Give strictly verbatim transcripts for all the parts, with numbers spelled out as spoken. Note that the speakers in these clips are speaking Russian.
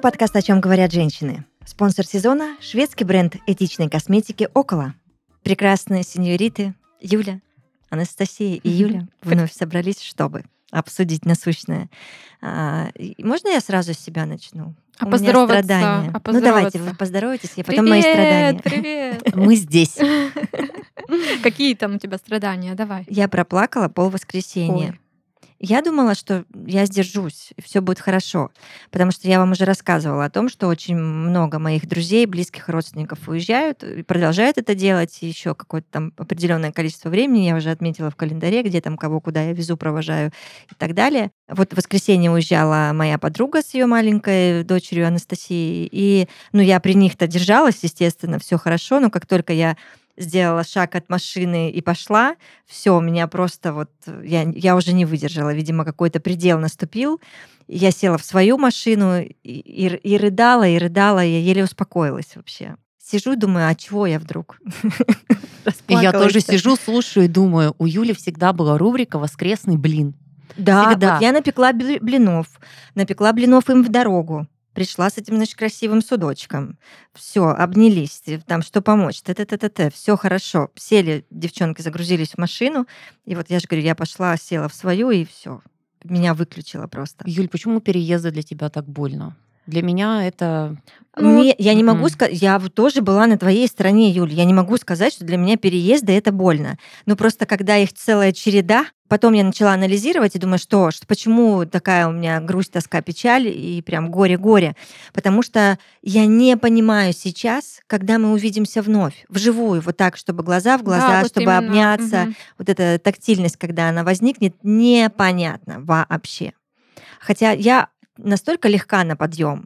подкаст «О чем говорят женщины». Спонсор сезона – шведский бренд этичной косметики «Около». Прекрасные сеньориты Юля, Анастасия и Юля вновь собрались, чтобы обсудить насущное. А, можно я сразу с себя начну? А У меня поздороваться, страдания. а Ну давайте, вы поздороваться. поздоровайтесь, и потом мои страдания. Привет, привет. Мы здесь. Какие там у тебя страдания? Давай. Я проплакала полвоскресенья. Ой. Я думала, что я сдержусь, и все будет хорошо, потому что я вам уже рассказывала о том, что очень много моих друзей, близких родственников уезжают и продолжают это делать еще какое-то там определенное количество времени. Я уже отметила в календаре, где там кого куда я везу, провожаю и так далее. Вот в воскресенье уезжала моя подруга с ее маленькой дочерью Анастасией, и ну я при них-то держалась, естественно, все хорошо, но как только я сделала шаг от машины и пошла, все, у меня просто вот, я, я уже не выдержала, видимо, какой-то предел наступил. Я села в свою машину и, и, и рыдала, и рыдала, я еле успокоилась вообще. Сижу и думаю, а чего я вдруг? И я тоже сижу, слушаю и думаю, у Юли всегда была рубрика «Воскресный блин». Да, Всегда. вот я напекла блинов, напекла блинов им в дорогу. Пришла с этим, значит, красивым судочком. Все, обнялись, там что помочь, т-т-т-т-т, все хорошо. Сели, девчонки загрузились в машину, и вот я же говорю, я пошла, села в свою, и все, меня выключило просто. Юль, почему переезды для тебя так больно? Для меня это... Мне, я не могу Мгм. сказать, я вот тоже была на твоей стороне, Юль, я не могу сказать, что для меня переезды это больно. Но просто когда их целая череда, потом я начала анализировать и думаю, что, что почему такая у меня грусть, тоска, печаль и прям горе-горе. Потому что я не понимаю сейчас, когда мы увидимся вновь, вживую, вот так, чтобы глаза в глаза, Да, вот чтобы именно. обняться. Мгм. Вот эта тактильность, когда она возникнет, непонятно вообще. Хотя я настолько легка на подъем.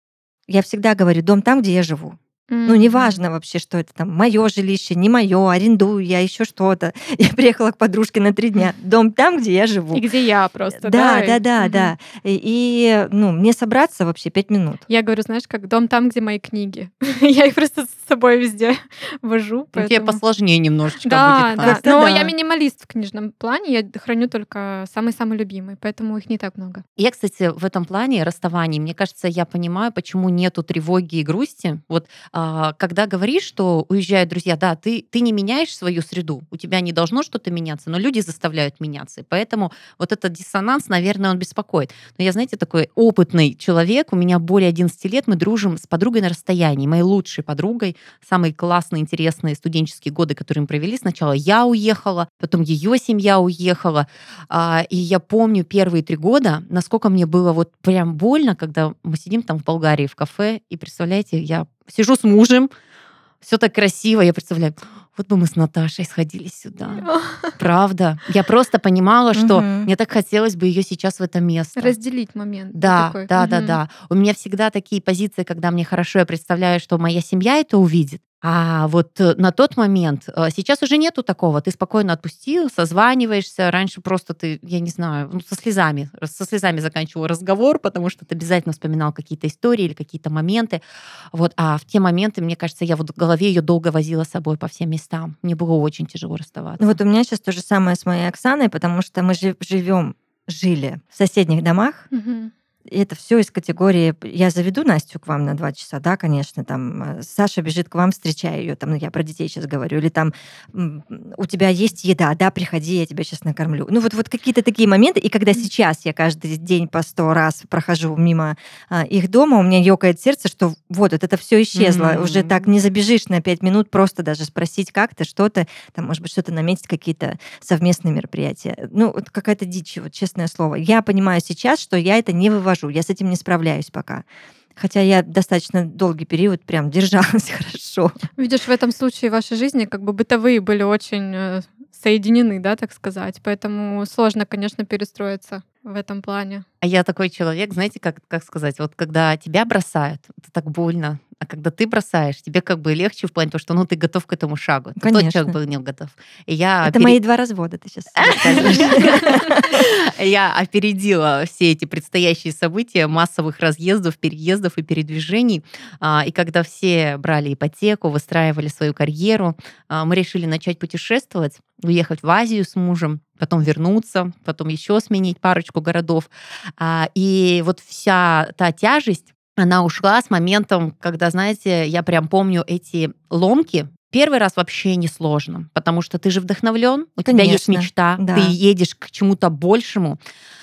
Я всегда говорю, дом там, где я живу. Ну, Мгм. неважно вообще, что это там, мое жилище, не мое, арендую я, еще что-то. Я приехала к подружке на три дня. Дом там, где я живу. И где я просто, Да, да? да, и- да, Мгм. да. И, и, ну, мне собраться вообще пять минут. Я говорю, знаешь, как дом там, где мои книги. Я их просто с собой везде вожу, Ну, тебе поэтому... посложнее немножечко Да, будет. да. Как-то Но да. я минималист в книжном плане, я храню только самый-самый любимый, поэтому их не так много. Я, кстати, в этом плане расставаний, мне кажется, я понимаю, почему нету тревоги и грусти. Вот а, когда говоришь, что уезжают друзья, да, ты, ты не меняешь свою среду, у тебя не должно что-то меняться, но люди заставляют меняться. И поэтому вот этот диссонанс, наверное, он беспокоит. Но я, знаете, такой опытный человек, у меня более одиннадцати лет, мы дружим с подругой на расстоянии, моей лучшей подругой, самые классные, интересные студенческие годы, которые мы провели. Сначала я уехала, потом ее семья уехала. А, И я помню первые три года, насколько мне было вот прям больно, когда мы сидим там в Болгарии в кафе, и представляете, я сижу с мужем, все так красиво, я представляю, вот бы мы с Наташей сходили сюда. Правда. Я просто понимала, что Мгм. мне так хотелось бы ее сейчас в это место. Разделить момент. Да, такой. да, да, Мгм. да. У меня всегда такие позиции, когда мне хорошо, я представляю, что моя семья это увидит. А вот э, на тот момент, э, сейчас уже нету такого. Ты спокойно отпустил, созваниваешься. Раньше просто ты, я не знаю, ну, со слезами, со слезами заканчивал разговор, потому что ты обязательно вспоминал какие-то истории или какие-то моменты. Вот. А в те моменты, мне кажется, я вот в голове ее долго возила с собой по всем местам. Мне было очень тяжело расставаться. Ну вот у меня сейчас то же самое с моей Оксаной, потому что мы живем, жили в соседних домах. Мгм. И это все из категории «я заведу Настю к вам на два часа», да, конечно, там э, Саша бежит к вам, встречая ее, там, ну, я про детей сейчас говорю, или там м, у тебя есть еда, да, приходи, я тебя сейчас накормлю. Ну вот, вот какие-то такие моменты, и когда сейчас я каждый день по сто раз прохожу мимо а, их дома, у меня ёкает сердце, что вот, вот это все исчезло, Мгм. уже так не забежишь на пять минут, просто даже спросить как-то, что-то, там, может быть, что-то наметить, какие-то совместные мероприятия. Ну, вот какая-то дичь, вот честное слово. Я понимаю сейчас, что я это не вывожу, я с этим не справляюсь пока. Хотя я достаточно долгий период прям держалась хорошо. Видишь, в этом случае в вашей жизни как бы бытовые были очень э, соединены, да, так сказать. Поэтому сложно, конечно, перестроиться в этом плане. А я такой человек, знаете, как, как сказать, вот когда тебя бросают, это так больно, а когда ты бросаешь, тебе как бы легче в плане того, что ну, ты готов к этому шагу. Ты Конечно. тот человек был не готов. И я Это пере- мои два развода, ты сейчас рассказываешь. Я опередила все эти предстоящие события массовых разъездов, переездов и передвижений. А, И когда все брали ипотеку, выстраивали свою карьеру, а, мы решили начать путешествовать, уехать в Азию с мужем, потом вернуться, потом еще сменить парочку городов. А, И вот вся та тяжесть, она ушла с моментом, когда, знаете, я прям помню эти ломки. Первый раз вообще не сложно, потому что ты же вдохновлен, у тебя есть Конечно, мечта, да. ты едешь к чему-то большему.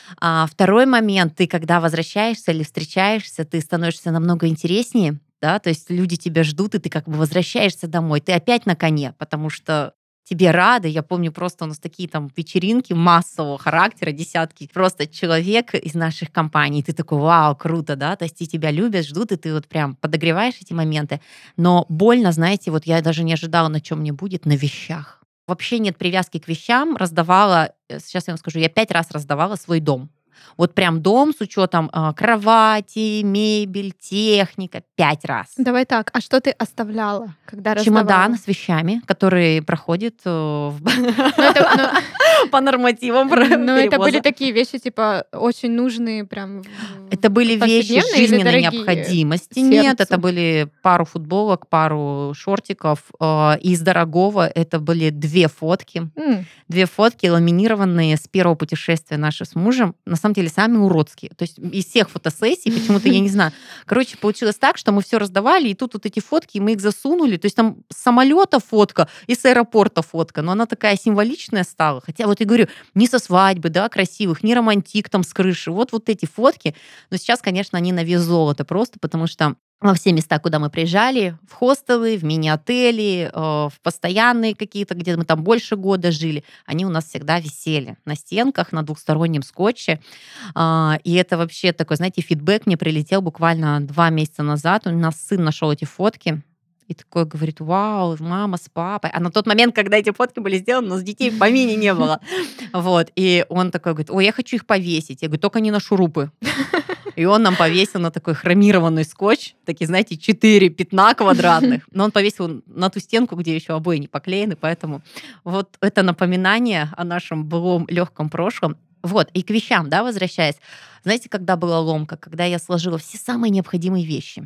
А второй момент, ты когда возвращаешься или встречаешься, ты становишься намного интереснее, да, то есть люди тебя ждут, и ты как бы возвращаешься домой, ты опять на коне, потому что тебе рады. Я помню, просто у нас такие там вечеринки массового характера, десятки просто человек из наших компаний. Ты такой, вау, круто, да, то есть и тебя любят, ждут, и ты вот прям подогреваешь эти моменты. Но больно, знаете, вот я даже не ожидала, на чем мне будет, на вещах. Вообще нет привязки к вещам. Раздавала, э, сейчас я вам скажу, я пять раз раздавала свой дом. Вот прям дом с учетом э, кровати, мебель, техника, пять раз. Давай так, а что ты оставляла, когда Чемодан раздавала? с вещами, который проходит э, в- Ну, это, по нормативам ну, про- ну, это были перевоза. такие вещи, типа, очень нужные прям в- Это были вещи повседневные или жизненной дорогие необходимости. Нет, сердцу? это были пару футболок, пару шортиков. э, Из дорогого это были две фотки. М, Две фотки ламинированные с первого путешествия наши с мужем. На самом деле самые уродские. То есть из всех фотосессий, почему-то, я не знаю. Короче, получилось так, что мы все раздавали, и тут вот эти фотки, и мы их засунули. То есть там с самолета фотка и с аэропорта фотка. Но она такая символичная стала. Хотя вот я говорю, не со свадьбы, да, красивых, не романтик там с крыши. Вот вот эти фотки. Но сейчас, конечно, они на вес золота просто, потому что во все места, куда мы приезжали, в хостелы, в мини-отели, э, в постоянные какие-то, где мы там больше года жили, они у нас всегда висели на стенках, на двухстороннем скотче. А, И это вообще такой, знаете, фидбэк мне прилетел буквально два месяца назад. У нас сын нашел эти фотки. И такой говорит, вау, мама с папой. А на тот момент, когда эти фотки были сделаны, у нас детей в помине не было. Вот. И он такой говорит, ой, я хочу их повесить. Я говорю, только не на шурупы. И он нам повесил на такой хромированный скотч, такие, знаете, четыре пятна квадратных. Но он повесил на ту стенку, где еще обои не поклеены, поэтому вот это напоминание о нашем былом легком прошлом. Вот, и к вещам, да, возвращаясь. Знаете, когда была ломка? Когда я сложила все самые необходимые вещи.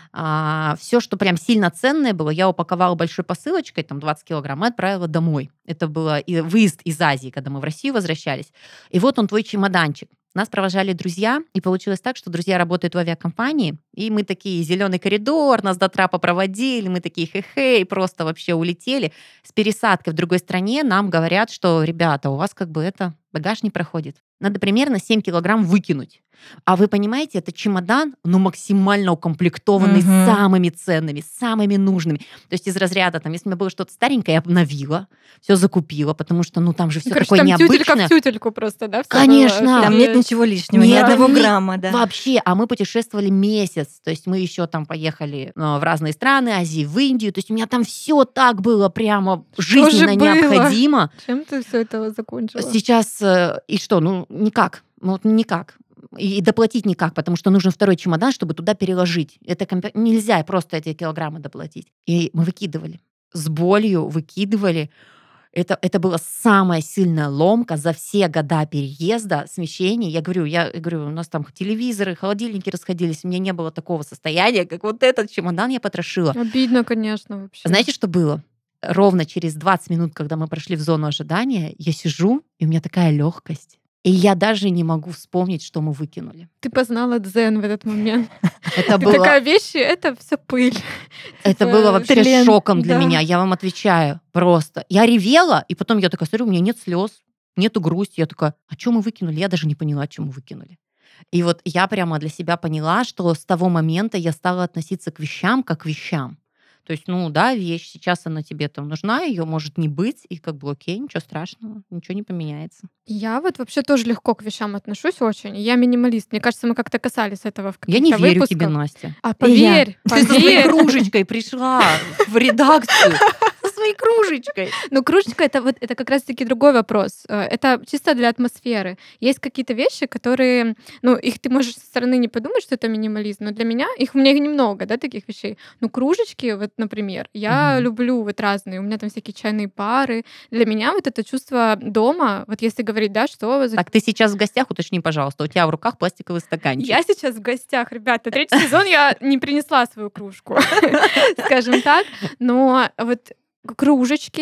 Все, что прям сильно ценное было, я упаковала большой посылочкой, там двадцать килограмм, и отправила домой. Это был и выезд из Азии, когда мы в Россию возвращались. И вот он, твой чемоданчик. Нас провожали друзья, и получилось так, что друзья работают в авиакомпании, и мы такие, зеленый коридор, нас до трапа проводили, мы такие хе-хе, и просто вообще улетели. С пересадкой в другой стране нам говорят, что, ребята, у вас как бы это, багаж не проходит. Надо примерно семь килограмм выкинуть. А вы понимаете, это чемодан, ну, максимально укомплектованный Мгм. самыми ценными, самыми нужными. То есть из разряда, там, если у меня было что-то старенькое, я обновила, все закупила, потому что, ну, там же все Короче, такое там тютелька необычное. в тютельку просто, да? всё Конечно. было? Там И- нет ничего лишнего, ни Нет, одного ни- грамма, да. Вообще, а мы путешествовали месяц. То есть мы еще там поехали э, в разные страны, Азии, в Индию. То есть у меня там все так было прямо Что же жизненно было? необходимо. Чем ты все это закончила? Сейчас э, и что? Ну, никак. Ну, вот никак. И и доплатить никак, потому что нужен второй чемодан, чтобы туда переложить. Это компе- нельзя просто эти килограммы доплатить. И мы выкидывали. С болью выкидывали. Это, это была самая сильная ломка за все года переезда, смещений. Я говорю, я, я говорю, у нас там телевизоры, холодильники расходились, у меня не было такого состояния, как вот этот чемодан я потрошила. Обидно, конечно, вообще. Знаете, что было? Ровно через двадцать минут, когда мы прошли в зону ожидания, я сижу, и у меня такая легкость. И я даже не могу вспомнить, что мы выкинули. Ты познала дзен в этот момент. Это Ты было, такая, вещи — это все пыль. это Типа, было вообще тлен. шоком для Да. меня, я вам отвечаю. Просто. Я ревела, и потом я такая смотрю, у меня нет слез, нету грусти. Я такая, а что мы выкинули? Я даже не поняла, что мы выкинули. И вот я прямо для себя поняла, что с того момента я стала относиться к вещам как к вещам. То есть, ну да, вещь, сейчас она тебе там нужна, ее может не быть, и как бы окей, ничего страшного, ничего не поменяется. Я вот вообще тоже легко к вещам отношусь очень. Я минималист. Мне кажется, мы как-то касались этого в Я не каких-то верю выпусках. тебе, Настя. А И я. поверь, Ты со своей поверь. кружечкой пришла в редакцию. Со своей кружечкой. Ну, кружечка — это вот это как раз-таки другой вопрос. Э, Это чисто для атмосферы. Есть какие-то вещи, которые, ну, их ты можешь со стороны не подумать, что это минимализм, но для меня, их у меня их немного, да, таких вещей. Ну, кружечки, вот, например, я Мгм. люблю вот разные. У меня там всякие чайные пары. Для меня вот это чувство дома, вот если говорить, да, что за Так, ты сейчас в гостях, уточни, пожалуйста, у тебя в руках пластиковый стаканчик. Я сейчас в гостях, ребята. Третий сезон я не принесла свою кружку, скажем так. Но вот кружечки,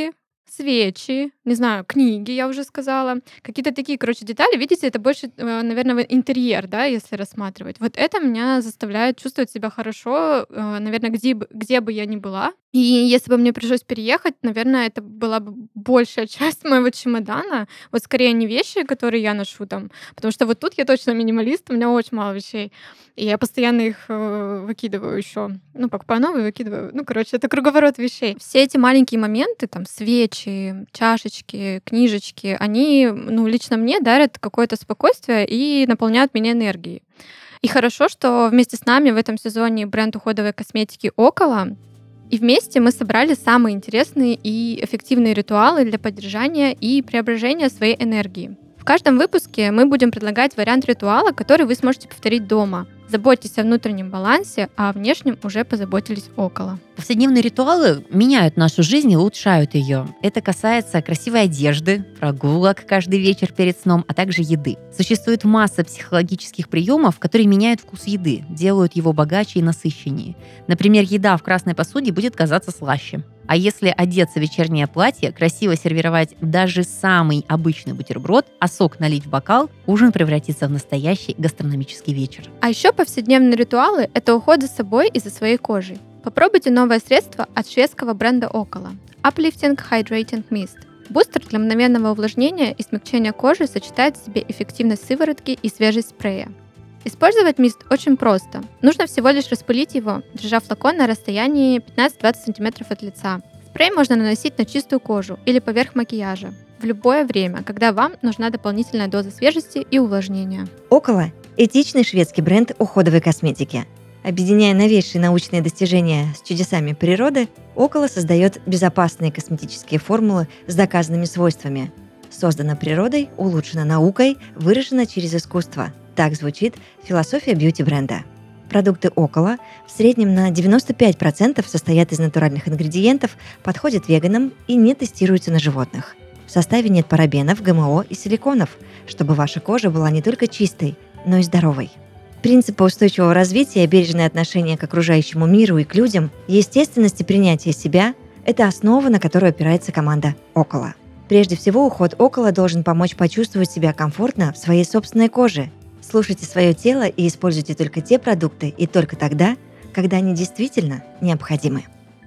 свечи, не знаю, книги, я уже сказала, какие-то такие, короче, детали. Видите, это больше, э, наверное, интерьер, да, если рассматривать. Вот это меня заставляет чувствовать себя хорошо, э, наверное, где бы, где бы я ни была. И если бы мне пришлось переехать, наверное, это была бы большая часть моего чемодана. Вот скорее не вещи, которые я ношу там, потому что вот тут я точно минималист, у меня очень мало вещей. И я постоянно их э, выкидываю еще. Ну, покупаю новые, выкидываю. Ну, короче, это круговорот вещей. Все эти маленькие моменты, там, свечи, чашечки, книжечки, они, ну, лично мне дарят какое-то спокойствие и наполняют меня энергией. И хорошо, что вместе с нами в этом сезоне бренд уходовой косметики «Около». И вместе мы собрали самые интересные и эффективные ритуалы для поддержания и преображения своей энергии. В каждом выпуске мы будем предлагать вариант ритуала, который вы сможете повторить дома. Заботьтесь о внутреннем балансе, а о внешнем уже позаботились «Около». Повседневные ритуалы меняют нашу жизнь и улучшают ее. Это касается красивой одежды, прогулок каждый вечер перед сном, а также еды. Существует масса психологических приемов, которые меняют вкус еды, делают его богаче и насыщеннее. Например, еда в красной посуде будет казаться слаще. А если одеться в вечернее платье, красиво сервировать даже самый обычный бутерброд, а сок налить в бокал, ужин превратится в настоящий гастрономический вечер. А еще повседневные ритуалы – это уход за собой и за своей кожей. Попробуйте новое средство от шведского бренда «Около» – Uplifting Hydrating Mist. Бустер для мгновенного увлажнения и смягчения кожи сочетает в себе эффективность сыворотки и свежесть спрея. Использовать мист очень просто. Нужно всего лишь распылить его, держа флакон на расстоянии пятнадцать-двадцать сантиметров от лица. Спрей можно наносить на чистую кожу или поверх макияжа в любое время, когда вам нужна дополнительная доза свежести и увлажнения. «Около» – этичный шведский бренд уходовой косметики. Объединяя новейшие научные достижения с чудесами природы, «Около» создает безопасные косметические формулы с доказанными свойствами. Создана природой, улучшена наукой, выражена через искусство. Так звучит философия бьюти-бренда. Продукты «Около» в среднем на девяносто пять процентов состоят из натуральных ингредиентов, подходят веганам и не тестируются на животных. В составе нет парабенов, ГМО и силиконов, чтобы ваша кожа была не только чистой, но и здоровой. Принципы устойчивого развития, бережное отношение к окружающему миру и к людям, естественность и принятие себя – это основа, на которую опирается команда «Около». Прежде всего, уход «Около» должен помочь почувствовать себя комфортно в своей собственной коже. Слушайте свое тело и используйте только те продукты и только тогда, когда они действительно необходимы.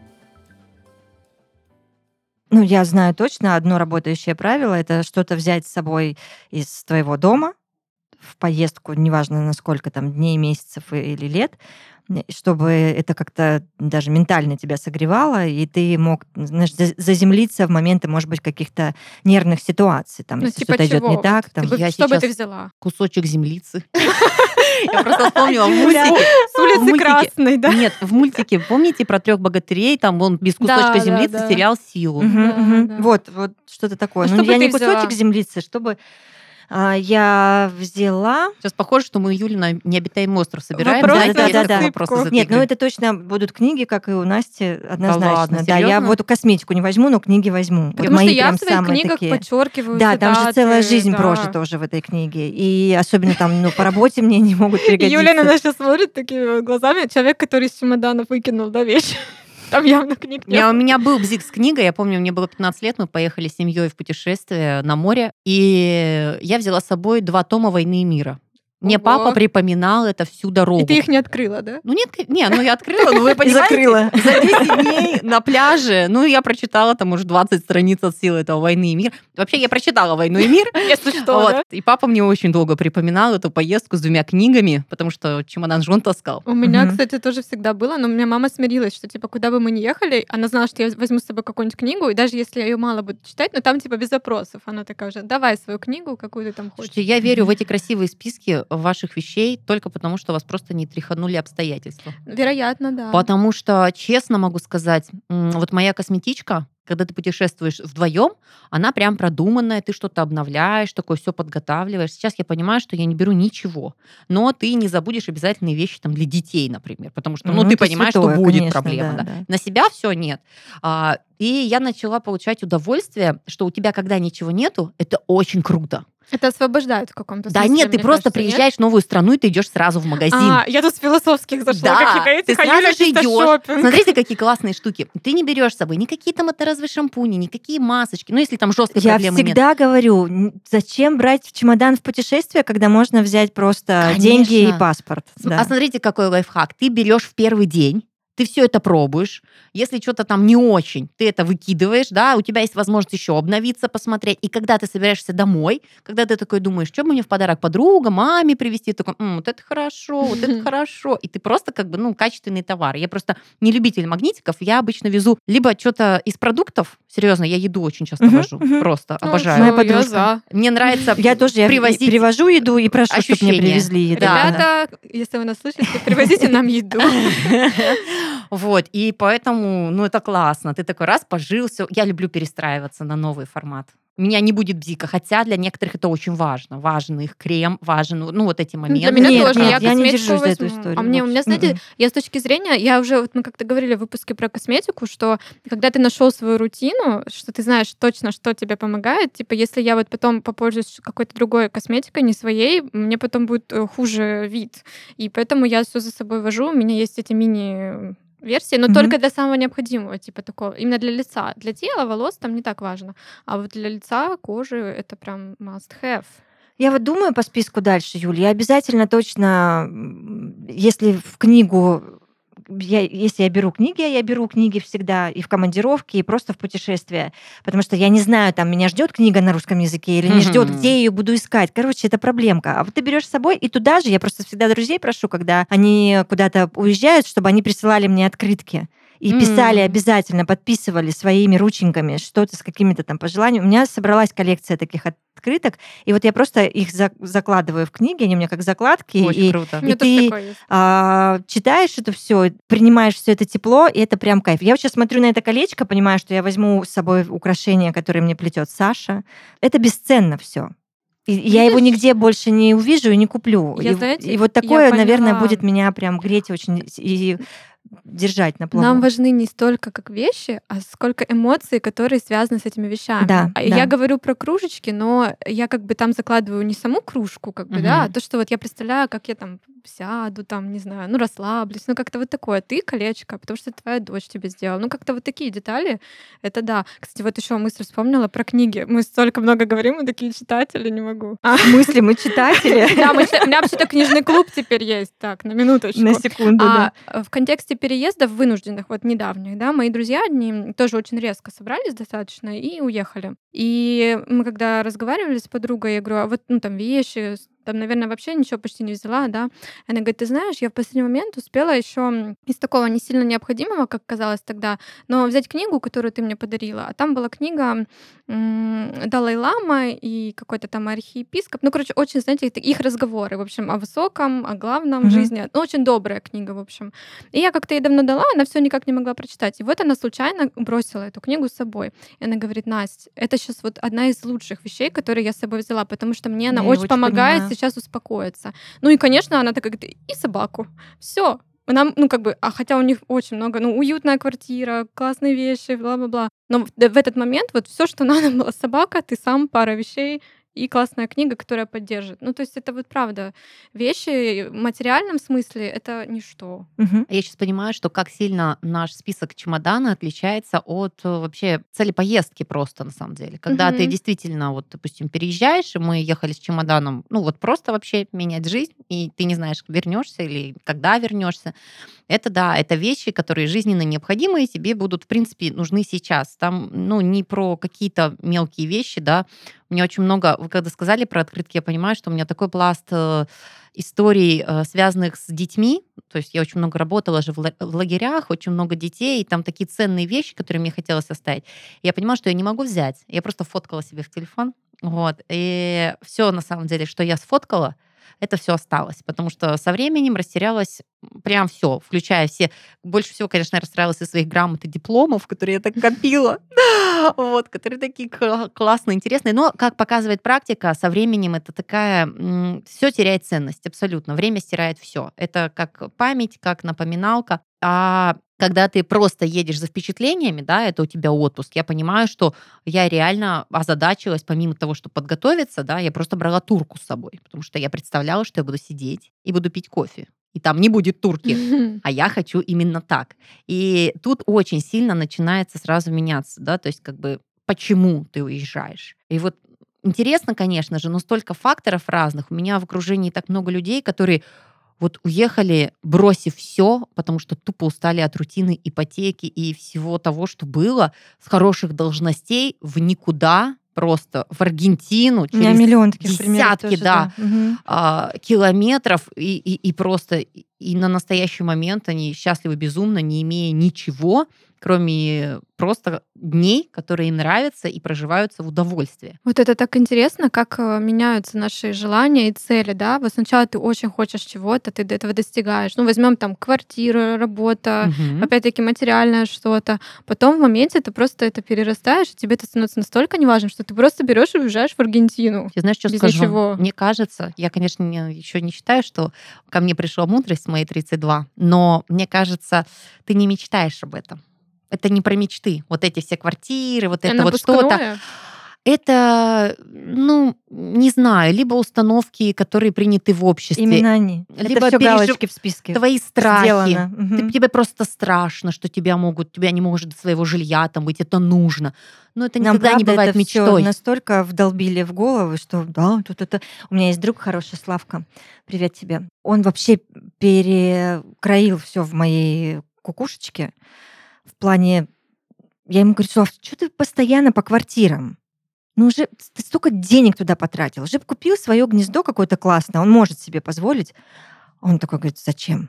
Ну, я знаю точно одно работающее правило – это что-то взять с собой из твоего дома в поездку, неважно, на сколько там дней, месяцев или лет, чтобы это как-то даже ментально тебя согревало, и ты мог, знаешь, заземлиться в моменты, может быть, каких-то нервных ситуаций, там, Ну, если типа что-то идет чего? не так. Там, Ты бы- я что бы сейчас- ты взяла? Кусочек землицы. Я просто вспомнила в мультике. С улицы в мультике- Красной, да? Нет, в мультике, помните про трех богатырей, там он без Да, кусочка да, землицы да. терял силу. Мгм, Да, мгм. да. Вот, вот что-то такое. А Ну, что бы я ты не кусочек взяла? землицы, чтобы а, я взяла. Сейчас похоже, что мы Юлю на необитаемый остров собираем. Вопрос да, на есть такой засыпку. вопрос из этой Нет, ну игры. это точно будут книги, как и у Насти, однозначно. ладно, да, я серьезно? вот косметику не возьму, но книги возьму. Вот Потому мои что я прям в своих самые книгах такие. подчеркиваю Да, там же цитаты, целая жизнь да. прожита уже в этой книге. И особенно там, ну, по работе мне не могут пригодиться. Юля на нас сейчас смотрит такими глазами. Человек, который из чемоданов выкинул, да, вещи. Там явно книг У меня, у нет. меня был бзик с книгой, я помню, мне было пятнадцать лет, мы поехали с семьей в путешествие на море, и я взяла с собой два тома «Войны и мира». Мне Ого. папа припоминал это всю дорогу. И ты их не открыла, да? Ну нет, не, ну я открыла, ну вы И понимаете, закрыла. за десять дней на пляже, ну я прочитала там уже двадцать страниц от силы этого «Войны и мир». Вообще я прочитала «Войну и мир». Если что, Вот. да? И папа мне очень долго припоминал эту поездку с двумя книгами, потому что чемодан же он таскал. У меня, Мгм. кстати, тоже всегда было, но у меня мама смирилась, что, типа, куда бы мы ни ехали, она знала, что я возьму с собой какую-нибудь книгу, и даже если я ее мало буду читать, но там, типа, без запросов. Она такая уже, давай свою книгу, какую ты там хочешь. Слушайте, я верю в эти красивые списки ваших вещей только потому, что вас просто не тряханули обстоятельства. Вероятно, да. Потому что, честно могу сказать, м, вот моя косметичка, когда ты путешествуешь вдвоем, она прям продуманная, ты что-то обновляешь, такое все подготавливаешь. Сейчас я понимаю, что я не беру ничего, но ты не забудешь обязательные вещи там для детей, например, потому что, ну, Ну, ты это понимаешь, святое, что будет конечно, проблема. да, да. да. На себя все нет. А, и я начала получать удовольствие, что у тебя, когда ничего нету, это очень круто. Это освобождает в каком-то Да смысле, нет, ты мне просто кажется, нет? приезжаешь в новую страну, и ты идешь сразу в магазин. А, я тут с философских зашла, Да, каких-то ты этих, а сразу Юля же чисто идешь. шопинг. Смотрите, какие классные штуки. Ты не берешь с собой никакие там одноразовые шампуни, никакие масочки. Ну, если там жесткой Я проблемы нет. всегда говорю, н- зачем брать чемодан в путешествие, когда можно взять просто деньги и Конечно. паспорт. См- Да. А смотрите, какой лайфхак. Ты берешь в первый день, ты все это пробуешь. Если что-то там не очень, ты это выкидываешь, да, у тебя есть возможность еще обновиться, посмотреть. И когда ты собираешься домой, когда ты такой думаешь, что мне в подарок подруга, маме привезти, такой, «М, вот это хорошо, вот это хорошо. И ты просто как бы, ну, качественный товар. Я просто не любитель магнитиков, я обычно везу либо что-то из продуктов, серьезно, я еду очень часто Мгм, вожу, мгм. просто Ну, обожаю. Моя всё, я подружка. за. Мне нравится Я тоже я привозить привожу еду и прошу, чтобы мне ощущения. привезли еду. Да. Ребята, если вы нас слышите, привозите нам еду. Вот, и поэтому, ну, это классно. Ты такой раз пожил, всё. Я люблю перестраиваться на новый формат. Меня не будет бзика, хотя для некоторых это очень важно. Важен их крем, важен, ну, вот эти Ну, моменты. Для меня Нет, тоже. нет, Я я не косметику держусь за эту возьму. историю А мне, у меня, вообще. знаете, Мгм. я с точки зрения, я уже, вот мы как-то говорили в выпуске про косметику, что когда ты нашел свою рутину, что ты знаешь точно, что тебе помогает, типа, если я вот потом попользуюсь какой-то другой косметикой, не своей, мне потом будет э, хуже вид. И поэтому я все за собой вожу. У меня есть эти мини версии, но Мгм. только для самого необходимого, типа такого, именно для лица. Для тела, волос там не так важно. А вот для лица, кожи это прям must have. Я вот думаю по списку дальше, Юль. Я обязательно точно, м, если в книгу, я, если я беру книги, я беру книги всегда и в командировке, и просто в путешествие. Потому что я не знаю, там меня ждет книга на русском языке или не ждет, Мгм. где я ее буду искать. Короче, это проблемка. А вот ты берешь с собой, и туда же я просто всегда друзей прошу, когда они куда-то уезжают, чтобы они присылали мне открытки. И писали М. обязательно, подписывали своими рученьками что-то с какими-то там пожеланиями. У меня собралась коллекция таких открыток, и вот я просто их за- закладываю в книги, они у меня как закладки, Очень и, круто. У и меня тоже ты такое есть. а, читаешь это все, принимаешь все это тепло, и это прям кайф. Я вот сейчас смотрю на это колечко, понимаю, что я возьму с собой украшение, которое мне плетет Саша. Это бесценно все. И я его Видишь? нигде больше не увижу и не куплю. Я, и, знаете, и вот я такое, наверное, поняла. будет меня прям греть очень с- и держать на плаву. Нам важны не столько как вещи, а сколько эмоций, которые связаны с этими вещами. Да, А да. Я говорю про кружечки, но я как бы там закладываю не саму кружку, как бы, да, а Мгм. то, что вот я представляю, как я там сяду, там, не знаю, ну, расслаблюсь, ну, как-то вот такое. Ты колечко, потому что твоя дочь тебе сделала. Ну, как-то вот такие детали, это да. Кстати, вот еще мысль вспомнила про книги. Мы столько много говорим, мы такие читатели, не могу. А, В смысле, мы читатели? Да, мы читаем. У меня вообще-то книжный клуб теперь есть. Так, на минуточку. На секунду, да. А в контексте переездов вынужденных, вот недавних, да, мои друзья, они тоже очень резко собрались достаточно и уехали. И мы когда разговаривали с подругой, я говорю, а вот, ну, там, вещи, с- там, наверное, вообще ничего почти не взяла, да. Она говорит, ты знаешь, я в последний момент успела еще из такого не сильно необходимого, как казалось тогда, но взять книгу, которую ты мне подарила, а там была книга м, Далай-лама и какой-то там архиепископ. Ну, короче, очень, знаете, это их разговоры, в общем, о высоком, о главном в Мгм. жизни. Ну, очень добрая книга, в общем. И я как-то ей давно дала, она все никак не могла прочитать. И вот она случайно бросила эту книгу с собой. И она говорит, Настя, это сейчас вот одна из лучших вещей, которые я с собой взяла, потому что мне она Я её очень очень помогает понимаю. сейчас успокоиться. Ну и, конечно, она такая говорит, и собаку. Все. Она, ну, как бы, а хотя у них очень много, ну, уютная квартира, классные вещи, бла-бла-бла. Но в, в этот момент вот все, что надо было, собака, ты сам, пара вещей и классная книга, которая поддержит. Ну, то есть это вот правда. Вещи в материальном смысле — это ничто. Мгм. Я сейчас понимаю, что как сильно наш список чемодана отличается от э, вообще цели поездки просто, на самом деле. Когда ты Мгм. действительно, вот, допустим, переезжаешь, и мы ехали с чемоданом, ну вот просто вообще менять жизнь, и ты не знаешь, вернешься или когда вернешься. Это да, это вещи, которые жизненно необходимы, и тебе будут, в принципе, нужны сейчас. Там, ну, не про какие-то мелкие вещи, да. У меня очень много, вы когда сказали про открытки, я понимаю, что у меня такой пласт э, историй, э, связанных с детьми. То есть я очень много работала же в ла- в лагерях, очень много детей, и там такие ценные вещи, которые мне хотелось оставить. Я понимала, что я не могу взять. Я просто фоткала себе в телефон. Вот. И все, на самом деле, что я сфоткала, это все осталось, потому что со временем растерялось прям все, включая все. Больше всего, конечно, я расстраивалась из своих грамот и дипломов, которые я так копила, вот, которые такие кла- классные, интересные. Но, как показывает практика, со временем это такая... Все теряет ценность, абсолютно. Время стирает все. Это как память, как напоминалка. А когда ты просто едешь за впечатлениями, да, это у тебя отпуск, я понимаю, что я реально озадачилась, помимо того, что подготовиться, да, я просто брала турку с собой, потому что я представляла, что я буду сидеть и буду пить кофе, и там не будет турки, а я хочу именно так. И тут очень сильно начинается сразу меняться, да, то есть как бы почему ты уезжаешь. И вот интересно, конечно же, но столько факторов разных. У меня в окружении так много людей, которые вот уехали, бросив все, потому что тупо устали от рутины, ипотеки и всего того, что было, с хороших должностей в никуда, просто в Аргентину, У меня через миллион таких примеров десятки, тоже, да, да. Мгм. а, километров, и, и, и просто и и на настоящий момент они счастливы безумно, не имея ничего, кроме просто дней, которые им нравятся и проживаются в удовольствии. Вот это так интересно, как э, меняются наши желания и цели, да? Вот сначала ты очень хочешь чего-то, ты до этого достигаешь. Ну, возьмем там квартира, работа, Мгм. опять-таки материальное что-то. Потом в моменте ты просто это перерастаешь, и тебе это становится настолько неважным, что ты просто берешь и уезжаешь в Аргентину. Я знаешь, что Без скажу? ничего. Мне кажется, я, конечно, еще не считаю, что ко мне пришла мудрость в мои тридцать два, но мне кажется, ты не мечтаешь об этом. Это не про мечты. Вот эти все квартиры, вот Э, это вот что-то. напускное. Это, ну, не знаю, либо установки, которые приняты в обществе, Именно они. либо Это все пережив- галочки в списке. твои страхи. Сделано. Ты- Мгм. тебе просто страшно, что тебя могут, тебя не может до своего жилья там быть, это нужно. Но это Нам, никогда не правда, бывает это все мечтой. настолько вдолбили в головы, что да, тут это... У меня есть друг хороший, Славка, привет тебе. Он вообще перекроил все в моей кукушечке в плане... Я ему говорю: Слав, что ты постоянно по квартирам? Ну уже ты столько денег туда потратил. Уже б купил свое гнездо какое-то классное, он может себе позволить. Он такой говорит: зачем?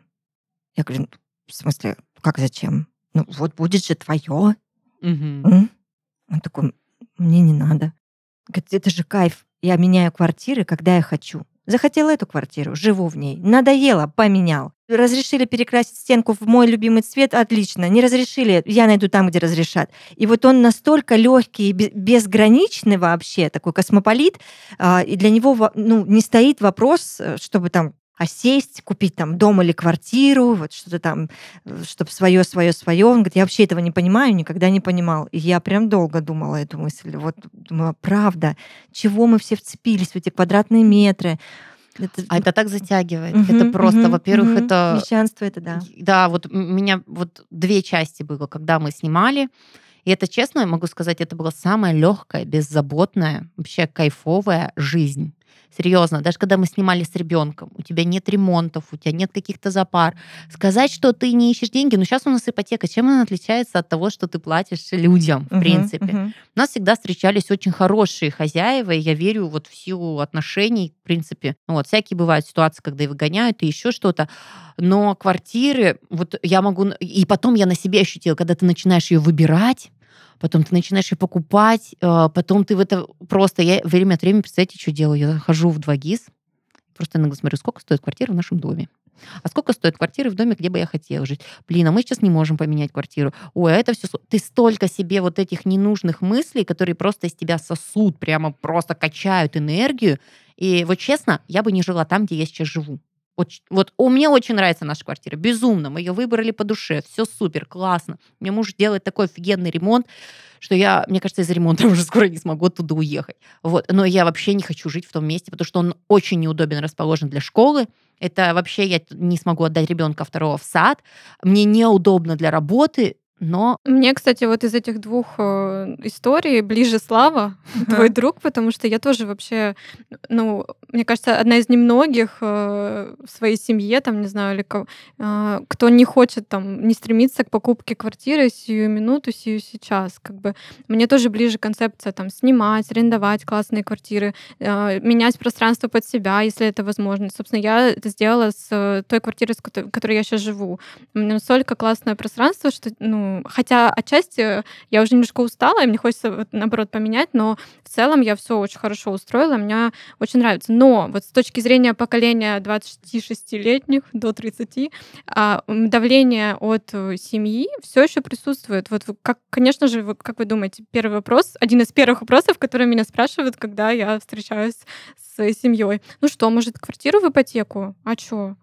Я говорю: «Ну, в смысле, как зачем? Ну вот будет же твое. Мгм. Он такой: мне не надо. Говорит: это же кайф. Я меняю квартиры, когда я хочу. Захотела эту квартиру, живу в ней. Надоело, поменял. Разрешили перекрасить стенку в мой любимый цвет, отлично. Не разрешили, я найду там, где разрешат. И вот он настолько легкий и бе- безграничный вообще, такой космополит, а, и для него во- ну, не стоит вопрос, э, чтобы там осесть, купить там дом или квартиру, вот что-то там, чтобы свое, свое, свое. Он говорит: я вообще этого не понимаю, никогда не понимал. И я прям долго думала эту мысль. Вот думаю: «А правда, чего мы все вцепились в эти квадратные метры? Это... А это так затягивает. Мгм, Это просто, мгм, во-первых, мгм. это... Мещанство это, да. Да, вот у меня вот две части было, когда мы снимали. И это, честно, я могу сказать, это была самая легкая, беззаботная, вообще кайфовая жизнь. Серьезно, даже когда мы снимали с ребенком, у тебя нет ремонтов, у тебя нет каких-то запар. Сказать, что ты не ищешь деньги, ну сейчас у нас ипотека, чем она отличается от того, что ты платишь людям, в Мгм, принципе? мгм. У нас всегда встречались очень хорошие хозяева, и я верю вот в силу отношений, в принципе. Ну вот, всякие бывают ситуации, когда и выгоняют, и еще что-то. Но квартиры, вот я могу... И потом я на себе ощутила, когда ты начинаешь ее выбирать, потом ты начинаешь ее покупать, э, потом ты в это просто... Я время от времени, представляете, что делаю? Я захожу в два ГИС, просто иногда смотрю, сколько стоит квартира в нашем доме. А сколько стоит квартира в доме, где бы я хотела жить? Блин, а мы сейчас не можем поменять квартиру. Ой, а это все... Ты столько себе вот этих ненужных мыслей, которые просто из тебя сосут, прямо просто качают энергию. И вот честно, я бы не жила там, где я сейчас живу. Вот, ч- вот у меня очень нравится наша квартира. Безумно. Мы ее выбрали по душе. Все супер, классно. Мне муж делает такой офигенный ремонт, что я, мне кажется, из-за ремонта уже скоро не смогу оттуда уехать. Вот. Но я вообще не хочу жить в том месте, потому что он очень неудобен расположен для школы. Это вообще я не смогу отдать ребенка второго в сад. Мне неудобно для работы, но... Мне, кстати, вот из этих двух э, историй ближе Слава, твой друг, потому что я тоже вообще, ну, мне кажется, одна из немногих э, в своей семье, там, не знаю, или ко- э, кто не хочет, там, не стремится к покупке квартиры сию минуту, сию сейчас. Как бы мне тоже ближе концепция, там, снимать, арендовать классные квартиры, э, менять пространство под себя, если это возможно. Собственно, я это сделала с э, той квартирой, с кото- в которой я сейчас живу. У меня настолько классное пространство, что, ну, хотя отчасти я уже немножко устала, и мне хочется, вот, наоборот, поменять, но в целом я все очень хорошо устроила, мне очень нравится. Но вот с точки зрения поколения двадцатишестилетних до тридцати, а, м, давление от э, семьи все еще присутствует. Вот вы- как, конечно же, вот как вы думаете, первый вопрос, один из первых вопросов, которые меня спрашивают, когда я встречаюсь с семьей. Ну что, может, квартиру в ипотеку? А чё?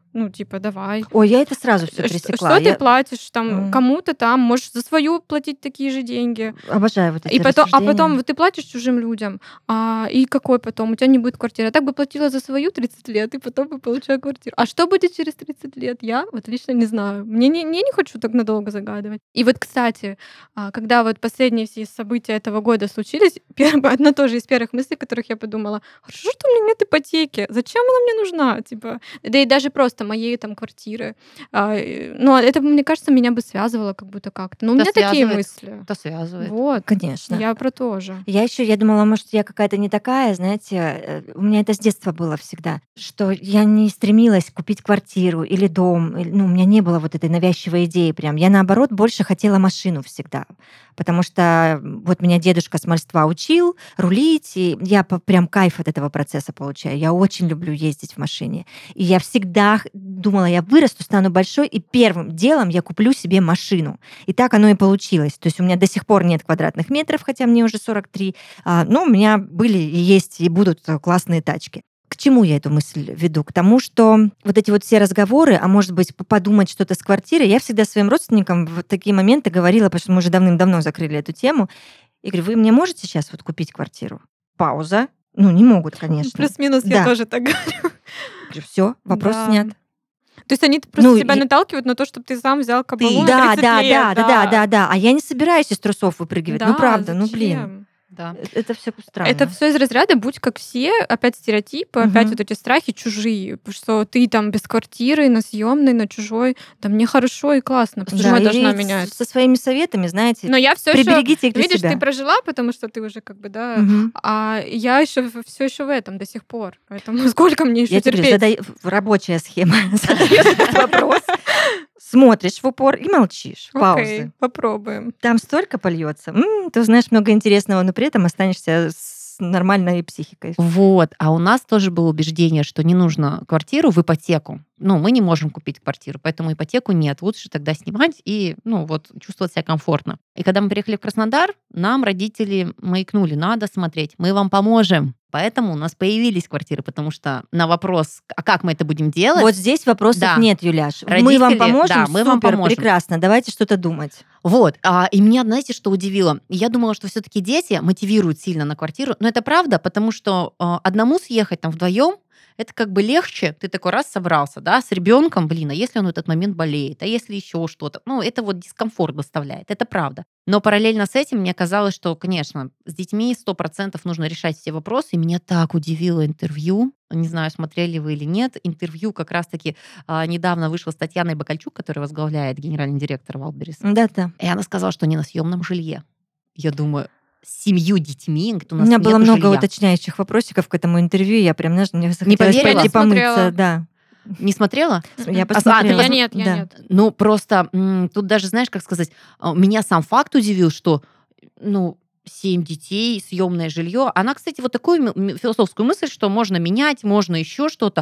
Ну, типа, давай. Ой, я это сразу все Ш- пресекла. Что Я ты платишь там М. кому-то там, можешь за свою платить такие же деньги. обожаю вот эти И потом, а рассуждения. потом вот ты платишь чужим людям, а, и какой потом? У тебя не будет квартиры. Я так бы платила за свою тридцать лет, и потом бы получаю квартиру. А что будет через тридцать лет? Я вот лично не знаю. Мне не, не, не хочу так надолго загадывать. И вот, кстати, а, когда вот последние все события этого года случились, первое, одна тоже из первых мыслей, которых я подумала, хорошо, что у меня нет ипотеки. Зачем она мне нужна? Типа, да и даже просто моей там квартиры. А, э, ну, это, мне кажется, меня бы связывало как будто как-то. Но у Это меня такие связывает. мысли. Это связывает. Вот. Конечно. Я про то же. Я еще, я думала, может, я какая-то не такая, знаете, э, у меня это с детства было всегда, что я не стремилась купить квартиру или дом, или, ну, у меня не было вот этой навязчивой идеи прям. Я, наоборот, больше хотела машину всегда, потому что вот меня дедушка с мальства учил рулить, и я по- прям кайф от этого процесса получаю. Я очень люблю ездить в машине. И я всегда х- думала, я вырасту, стану большой, и первым делом я куплю себе машину. И так оно и получилось. То есть у меня до сих пор нет квадратных метров, хотя мне уже сорок три, а, но у меня были и есть, и будут э, классные тачки. К чему я эту мысль веду? К тому, что вот эти вот все разговоры, а может быть, п- подумать что-то с квартиры, я всегда своим родственникам в такие моменты говорила, потому что мы уже давным-давно закрыли эту тему. И говорю, вы мне можете сейчас вот купить квартиру? Пауза. Ну, не могут, конечно. Плюс-минус я Да. тоже так говорю. Все, вопрос Да. снят. То есть они просто Ну, тебя и- наталкивают на то, чтобы ты сам взял кабалу на Да, тридцать да, лет. да, да, да, да, да. А я не собираюсь из трусов выпрыгивать. Ну, Да, правда, ну, блин. зачем? Да. Э, Это все странно. Это все из разряда будь как все, опять стереотипы, опять Мгм. вот эти страхи чужие, потому что ты там без квартиры, на съемной, на чужой, да мне хорошо и классно, почему Да, я должна или менять? со своими советами, знаете, Но я все еще, приберегите их для видишь, себя. ты прожила, потому что ты уже как бы, да, Мгм. а я еще все еще в этом до сих пор, поэтому сколько мне еще Я тебе терпеть? говорю, задай- в- рабочая схема. Задаешь этот вопрос, смотришь в упор и молчишь. Окей, Паузы. попробуем. Там столько польется. М, Ты узнаешь много интересного, но при этом останешься с нормальной психикой. Вот. А у нас тоже было убеждение, что не нужно квартиру в ипотеку. Ну, мы не можем купить квартиру, поэтому ипотеку нет. Лучше тогда снимать и, ну, вот, чувствовать себя комфортно. И когда мы приехали в Краснодар, нам родители маякнули, надо смотреть, мы вам поможем. Поэтому у нас появились квартиры, потому что на вопрос, а как мы это будем делать, Вот здесь вопросов Да. нет, Юляш. Мы Родители, вам поможем, да, мы вам супер, поможем. прекрасно. Давайте что-то думать. Вот. А, и меня, знаете, что удивило? Я думала, что все-таки дети мотивируют сильно на квартиру. Но это правда, потому что а, одному съехать там вдвоем, это как бы легче. Ты такой раз собрался, да, с ребенком, блин, а если он в этот момент болеет, а если еще что-то? Ну, это вот дискомфорт доставляет, это правда. Но параллельно с этим мне казалось, что, конечно, с детьми сто процентов нужно решать все вопросы. И меня так удивило интервью. Не знаю, смотрели вы или нет. Интервью как раз-таки а, недавно вышло с Татьяной Бакальчук, которая возглавляет генеральный директор Wildberries. Да-да. И она сказала, что не на съемном жилье. Я думаю, с семью детьми, говорит, у У нас меня нет было много жилья. уточняющих вопросиков к этому интервью. Я прям, знаешь, мне захотелось поверила? пойти Я помыться. смотрела. Да. Не смотрела? Я А, посмотрела. ты Я нет, я Да. нет. Ну, просто м, тут даже, знаешь, как сказать, а, меня сам факт удивил, что, ну, семь детей, съемное жилье. Она, кстати, вот такую м- м- философскую мысль, что можно менять, можно еще что-то.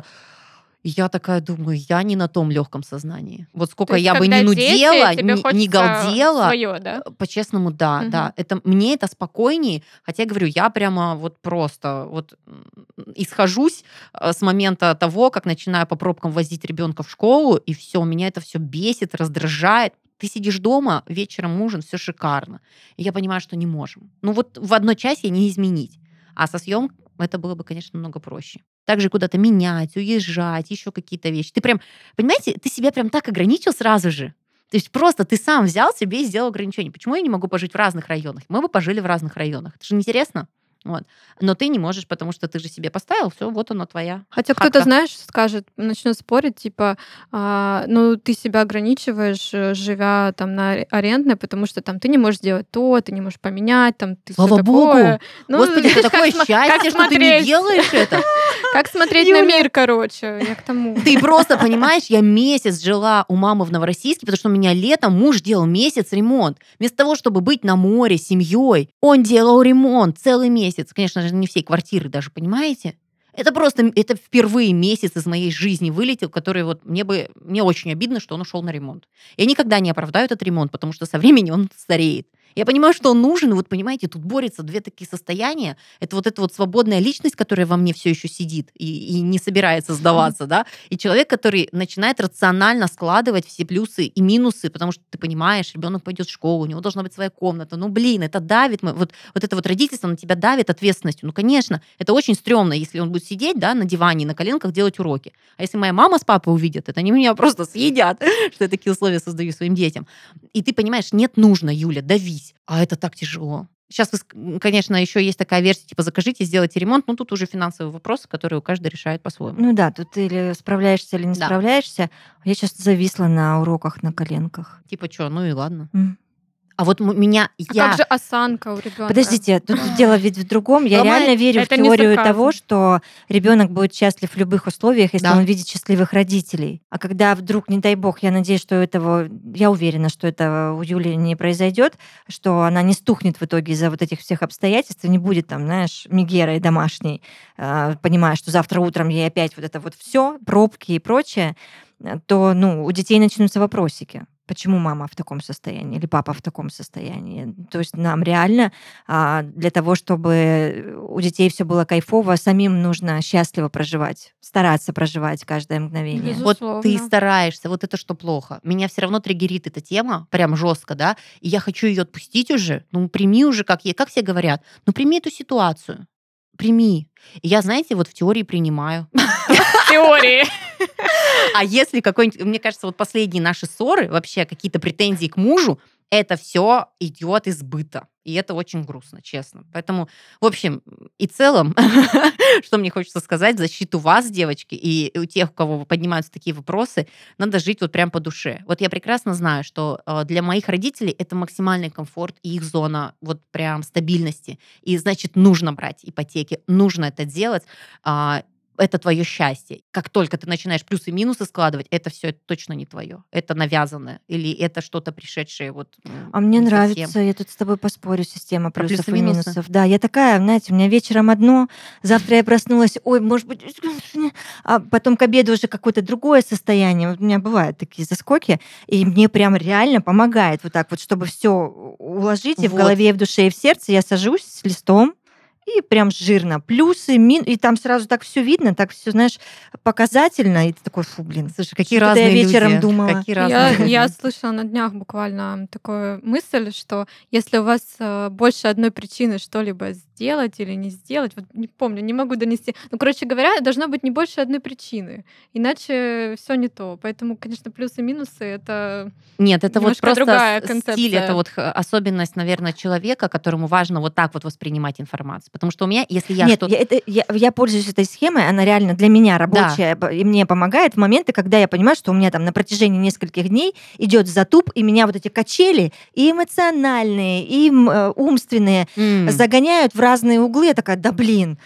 И я такая думаю, я не на том легком сознании. Вот сколько То есть, я бы когда не дети, нудела, тебе не, не хочется галдела, своё, да? э, по-честному, да, Мгм. да. Это, мне это спокойнее. Хотя, я говорю, я прямо вот просто вот м, исхожусь э, с момента того, как начинаю по пробкам возить ребенка в школу, и все, меня это все бесит, раздражает. Ты сидишь дома, вечером ужин, все шикарно. И я понимаю, что не можем. Ну вот в одной часе не изменить. А со съем это было бы, конечно, намного проще. Также куда-то менять, уезжать, еще какие-то вещи. Ты прям, понимаете, ты себя прям так ограничил сразу же. То есть просто ты сам взял себе и сделал ограничения. Почему я не могу пожить в разных районах? Мы бы пожили в разных районах. Это же интересно. Вот. Но ты не можешь, потому что ты же себе поставил, все, вот она твоя. Хотя хатка. кто-то, знаешь, скажет, начнет спорить, типа, а, ну, ты себя ограничиваешь, э, живя там на аре- арендной, потому что там ты не можешь сделать то, ты не можешь поменять, там ты всё Слава богу! такое. Ну, Господи, это видишь, как такое сма- как счастье, что ты не смотреть. делаешь это. Как смотреть на мир, короче, я к тому. Ты просто понимаешь, я месяц жила у мамы в Новороссийске, потому что у меня летом муж делал месяц ремонт. Вместо того, чтобы быть на море с семьей, он делал ремонт целый месяц. Конечно же, не всей квартиры даже, понимаете? Это просто, это впервые месяц из моей жизни вылетел, который вот мне бы, мне очень обидно, что он ушел на ремонт. Я никогда не оправдаю этот ремонт, потому что со временем он стареет. Я понимаю, что он нужен, и вот, понимаете, тут борются две такие состояния. Это вот эта вот свободная личность, которая во мне все еще сидит и, и не собирается сдаваться, да, и человек, который начинает рационально складывать все плюсы и минусы, потому что ты понимаешь, ребенок пойдет в школу, у него должна быть своя комната. Ну, блин, это давит, вот, вот это вот родительство на тебя давит ответственностью. Ну, конечно, это очень стрёмно, если он будет сидеть, да, на диване, на коленках делать уроки. А если моя мама с папой увидят, это они меня просто съедят, что я такие условия создаю своим детям. И ты понимаешь, нет, нужно, Юля, давись. А это так тяжело. Сейчас, конечно, еще есть такая версия, типа, закажите, сделайте ремонт, но тут уже финансовые вопросы, которые у каждого решает по-своему. Ну да, тут или справляешься, или не Да. справляешься. Я часто зависла на уроках на коленках. Типа, что, ну и ладно. М. А вот м- меня... А я... как же осанка у ребенка? Подождите, тут дело ведь в другом. Я Ломает. реально верю Это в не теорию сарказм. того, что ребенок будет счастлив в любых условиях, если Да. он видит счастливых родителей. А когда вдруг, не дай бог, я надеюсь, что этого, я уверена, что это у Юли не произойдет, что она не стухнет в итоге из-за вот этих всех обстоятельств, и не будет там, знаешь, мегерой домашней, а, понимая, что завтра утром ей опять вот это вот все, пробки и прочее, то, ну, у детей начнутся вопросики. Почему мама в таком состоянии или папа в таком состоянии? То есть нам реально а, для того, чтобы у детей все было кайфово, самим нужно счастливо проживать, стараться проживать каждое мгновение. Безусловно. Вот ты стараешься, вот это что плохо. Меня все равно триггерит эта тема, прям жестко, да, и я хочу ее отпустить уже. Ну, прими уже, как ей, как все говорят, ну, прими эту ситуацию. Прими. И я, знаете, вот в теории принимаю. Теории. А если какой-нибудь, мне кажется, вот последние наши ссоры, вообще какие-то претензии к мужу, это все идет из быта. И это очень грустно, честно. Поэтому, в общем, и целом, что мне хочется сказать, в защиту вас, девочки, и у тех, у кого поднимаются такие вопросы, надо жить вот прям по душе. Вот я прекрасно знаю, что э, для моих родителей это максимальный комфорт и их зона вот прям стабильности. И, значит, нужно брать ипотеки, нужно это делать. А, это твое счастье. Как только ты начинаешь плюсы и минусы складывать, это все точно не твое. Это навязанное. Или это что-то пришедшее вот. А мне не нравится, совсем. я тут с тобой поспорю, система Про плюсов плюсы и и минусы? минусов. Да, я такая, знаете, у меня вечером одно, завтра я проснулась, ой, может быть, а потом к обеду уже какое-то другое состояние. Вот у меня бывают такие заскоки, и мне прям реально помогает вот так вот, чтобы все уложить и в Вот. голове, и в душе, и в сердце. Я сажусь с листом, и прям жирно. Плюсы, мин... И там сразу так все видно, так все, знаешь, показательно. И ты такой, фу, блин. Слушай, какие что-то разные я вечером люди. думала. Какие Я, разные люди. я слышала на днях буквально такую мысль, что если у вас э, больше одной причины что-либо сделать или не сделать, вот не помню, не могу донести. Ну, короче говоря, должно быть не больше одной причины, иначе все не то. Поэтому, конечно, плюсы и минусы — это Нет, это вот немножко просто другая с- стиль, концепция. это вот х- особенность, наверное, человека, которому важно вот так вот воспринимать информацию. Потому что у меня, если я Нет, что-то... я, это, я, я пользуюсь этой схемой, она реально для меня рабочая, б- и мне помогает в моменты, когда я понимаю, что у меня там на протяжении нескольких дней идет затуп, и меня вот эти качели и эмоциональные, и м, э, умственные М, загоняют в разные углы. Я такая, да блин,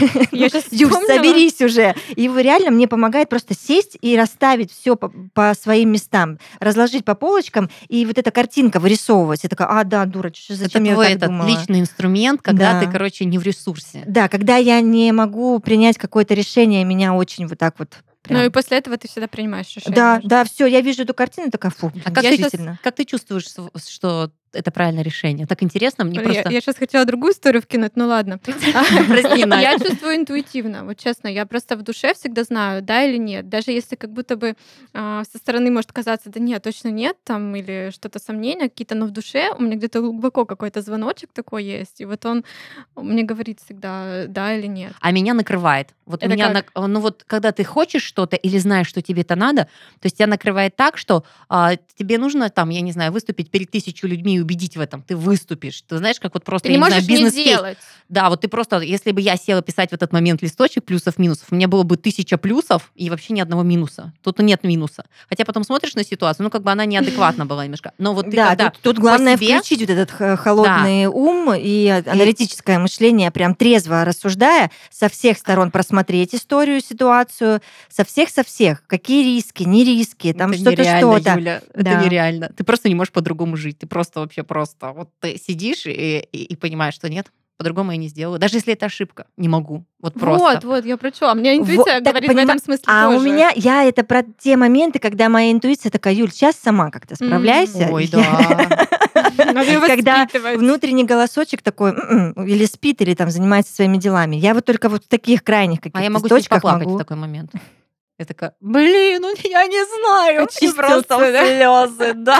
Я ну, щас Юсь, вспомнила. соберись уже. И вы реально мне помогает просто сесть и расставить все по, по своим местам, разложить по полочкам, и вот эта картинка вырисовывать. Я такая, а, да, дура, что- Это зачем я твой так этот думала? личный инструмент, когда Да. ты, короче, не в ресурсе. Да, когда я не могу принять какое-то решение, меня очень вот так вот прям... Ну и после этого ты всегда принимаешь решение. Да, да, все, я вижу эту картину, такая, фу, А как Я ты, щас- действительно. как ты чувствуешь, св- что это правильное решение? Так интересно, мне Блин, просто... Я, сейчас хотела другую историю вкинуть, ну ладно. Прости, Я- Надь. Я чувствую интуитивно, вот честно, я просто в душе всегда знаю, да или нет. Даже если как будто бы а, со стороны может казаться, да нет, точно нет, там, или что-то сомнения какие-то, но в душе у меня где-то глубоко какой-то звоночек такой есть, и вот он мне говорит всегда, да или нет. А меня накрывает. Вот Это меня, как? нак- ну вот, когда ты хочешь что-то или знаешь, что тебе это надо, то есть тебя накрывает так, что а, тебе нужно там, я не знаю, выступить перед тысячу людьми и убедить в этом. Ты выступишь. Ты знаешь, как вот просто, Ты я не не знаю, можешь не бизнес-кейс. делать. Да, вот ты просто, если бы я села писать в этот момент листочек плюсов-минусов, у меня было бы тысяча плюсов и вообще ни одного минуса. Тут нет минуса. Хотя потом смотришь на ситуацию, ну как бы она неадекватна была немножко. Но вот ты Да, когда тут, тут главное себе- включить вот этот х- холодный ум и аналитическое мышление, прям трезво рассуждая, со всех сторон просмотреть историю, ситуацию, со всех-со всех. Какие риски, не риски, там это что-то, нереально, что-то. Юля, Да. это нереально. Ты просто не можешь по-другому жить. Ты просто вообще просто вот ты сидишь и, и- и понимаешь, что нет. По-другому я не сделаю. Даже если это ошибка, не могу. Вот просто. Вот, вот, я про что. А мне интуиция Вот, так говорит в понима- этом смысле А тоже. у меня, я это про те моменты, когда моя интуиция такая: Юль, сейчас сама как-то справляйся. Ой, Я- да. Надо её Когда воспитывать. внутренний голосочек такой: «М-м», или спит, или там занимается своими делами. Я вот только вот в таких крайних каких-то А я могу сесть точках поплакать могу. в такой момент. Я такая, блин, ну я не знаю. И Очистился, просто да? слезы, да.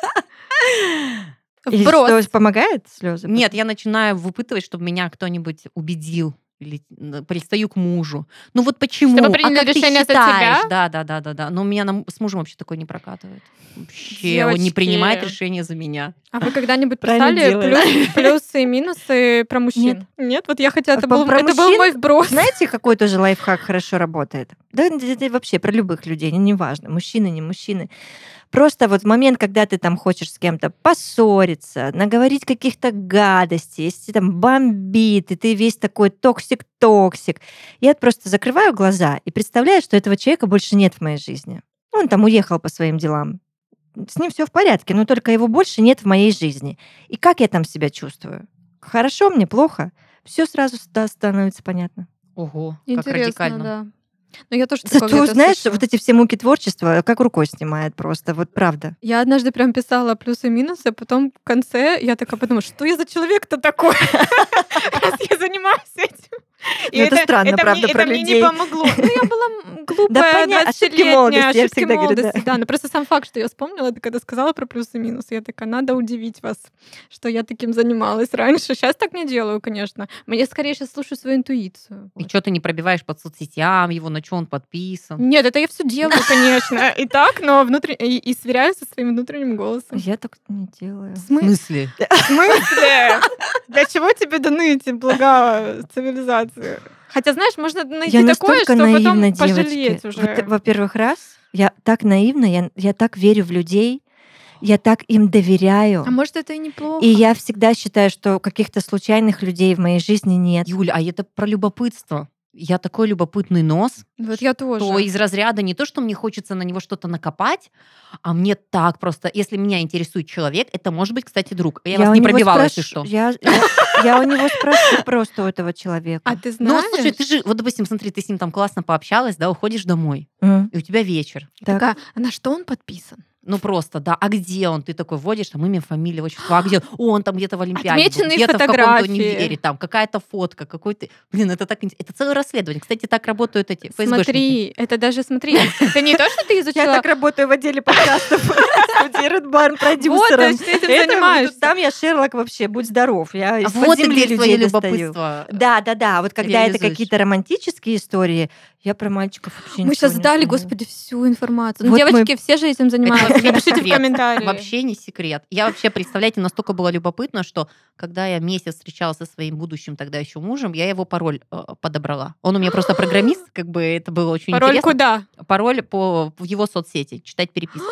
Или Вброс. что, помогает слезы? Нет, я начинаю выпытывать, чтобы меня кто-нибудь убедил. Или н- пристаю к мужу. Ну вот почему? Чтобы А приняли как ты решение за считаешь? тебя? Да, да, да, да, да. Но у меня на- с мужем вообще такое не прокатывает. Вообще, он не Девочки. принимает решение за меня. А вы когда-нибудь Правильно писали делает. плюс- плюсы и минусы про мужчин? Нет. Нет? Вот я хотела, это Про- был, про это был мужчин? мой вброс. Знаете, какой тоже лайфхак хорошо работает? Да это вообще про любых людей, ну, неважно, мужчины, не мужчины. Просто вот в момент, когда ты там хочешь с кем-то поссориться, наговорить каких-то гадостей, если там бомбит, и ты весь такой токсик-токсик, я просто закрываю глаза и представляю, что этого человека больше нет в моей жизни. Он там уехал по своим делам. С ним все в порядке, но только его больше нет в моей жизни. И как я там себя чувствую? Хорошо мне, плохо? Все сразу ста- становится понятно. Ого, как Интересно, радикально. да. Но я тоже такое Зато, где-то знаешь, слышала. вот эти все муки творчества как рукой снимает просто, вот правда. Я однажды прям писала плюсы и минусы, а потом в конце я такая подумала, что я за человек-то такой, раз я занимаюсь этим. И Ну, это странно, это правда, мне, про это мне людей. не помогло. Ну, я была м, глупая, понятно, ошибки двадцатилетняя, молодости, я ошибки всегда говорю, да. молодости. Да, но просто сам факт, что я вспомнила, это когда сказала про плюсы и минусы, я такая, надо удивить вас, что я таким занималась раньше. Сейчас так не делаю, конечно. Я скорее сейчас слушаю свою интуицию. И Вот. что ты не пробиваешь под соцсетям его, на что он подписан? Нет, это я все делаю, конечно, и так, но внутри... и, и сверяю со своим внутренним голосом. Я так не делаю. В В смы- смысле? В смысле? Для чего тебе даны эти блага цивилизации? Хотя, знаешь, можно найти Я такое, настолько что наивна, потом девочки. пожалеть уже. Вот, во-первых, раз, я так наивна, я, я так верю в людей, я так им доверяю. А может, это и неплохо? И я всегда считаю, что каких-то случайных людей в моей жизни нет. Юля, а это про любопытство. Я такой любопытный нос, Вот я тоже. то из разряда не то, что мне хочется на него что-то накопать, а мне так просто, если меня интересует человек, это может быть, кстати, друг. Я, вас у не него пробивала, если спрошу- что. Я, я- я у него спрошу просто у этого человека. А ты Ну, знаешь? слушай, ты же, вот, допустим, смотри, ты с ним там классно пообщалась, да, уходишь домой, М, и у тебя вечер. так. Такая, а на что он подписан? Ну, просто, да. А где он? Ты такой вводишь, там, имя, фамилия, отчество. А где он? О, он там где-то в Олимпиаде был, Отмеченные где-то в каком-то фотографии. универе, там, какая-то фотка, какой-то... Блин, это так интересно. Это целое расследование. Кстати, так работают эти ФСБшники. Смотри, это даже, смотри, это не то, что ты Я изучила... так работаю в отделе подкастов студии Red Barn Вот, продюсером. то есть ты этим Это, занимаешься. Там я Шерлок вообще, будь здоров. Я А из-под вот и земли где твое людей достаю. любопытство. Да, да, да. Вот когда это реализуешь. какие-то романтические истории, я про мальчиков вообще Мы ничего сейчас не дали, знаю. господи, всю информацию. Ну, Вот девочки, все же этим занимаются. вообще не Напишите в секрет. комментарии. Вообще не секрет. Я вообще, представляете, настолько была любопытна, что когда я месяц встречалась со своим будущим тогда еще мужем, я его пароль э, подобрала. Он у меня просто программист, как бы это было очень Пароль интересно. куда? Пароль по в его соцсети, читать переписки.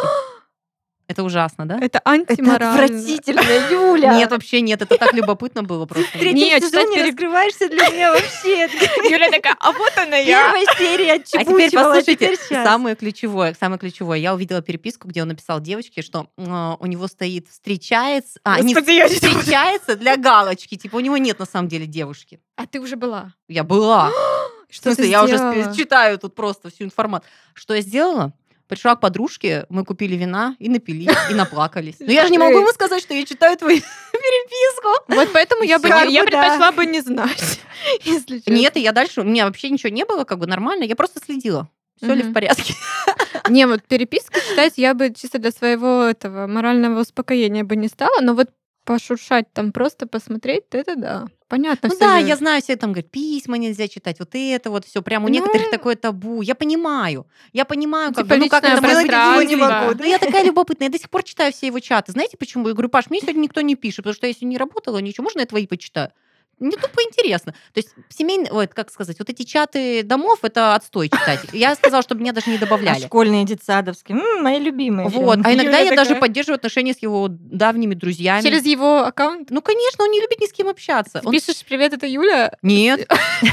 Это ужасно, да? Это Это антиморально. отвратительно, Юля. Нет, вообще нет, это так любопытно было просто. В третьем Нет, сезоне читать переп- раскрываешься для меня вообще. Юля такая, а вот она я. Первая серия А теперь отчебучивала, послушайте, теперь щас. самое ключевое, самое ключевое. Я увидела переписку, где он написал девочке, что э, у него стоит встречается, а не Господи, я не знаю. встречается для галочки, типа у него нет на самом деле девушки. А ты уже была. Я была. В Что смысле, ты я уже сделала? спе- читаю тут просто всю информацию. Что я сделала? Пришла к подружке, мы купили вина и напились, и наплакались. Но я же не могу ему сказать, что я читаю твою переписку. Вот поэтому я бы Как не- я бы да. предпочла бы не знать, если честно. Нет, и я дальше, у меня вообще ничего не было, как бы нормально, я просто следила. Все ли Мгм. в порядке? Не, вот переписки читать я бы чисто для своего этого морального успокоения бы не стала, но вот пошуршать там, просто посмотреть, это да. Понятно Ну всё да, же. я знаю, все там говорят, письма нельзя читать, вот это вот все. Прям у Ну, некоторых такое табу. Я понимаю. Я понимаю, как Типа бы, ну как личное это было, пространство. не могу. Ну я такая любопытная, я до сих пор читаю все его чаты. Знаете почему? Я говорю, Паш, мне сегодня никто не пишет, потому что я сегодня не работала, ничего, можно я твои почитаю? Мне тупо интересно. То есть семейные, ой, как сказать, вот эти чаты домов, это отстой читать. Я сказала, чтобы меня даже не А добавляли. школьные, детсадовские, м, мои любимые. Вот. прям. А иногда Юля я даже такая. поддерживаю отношения с его давними друзьями. Через его аккаунт Ну, конечно, он не любит ни с кем общаться. ты Он- пишешь «Привет, это Юля». Нет.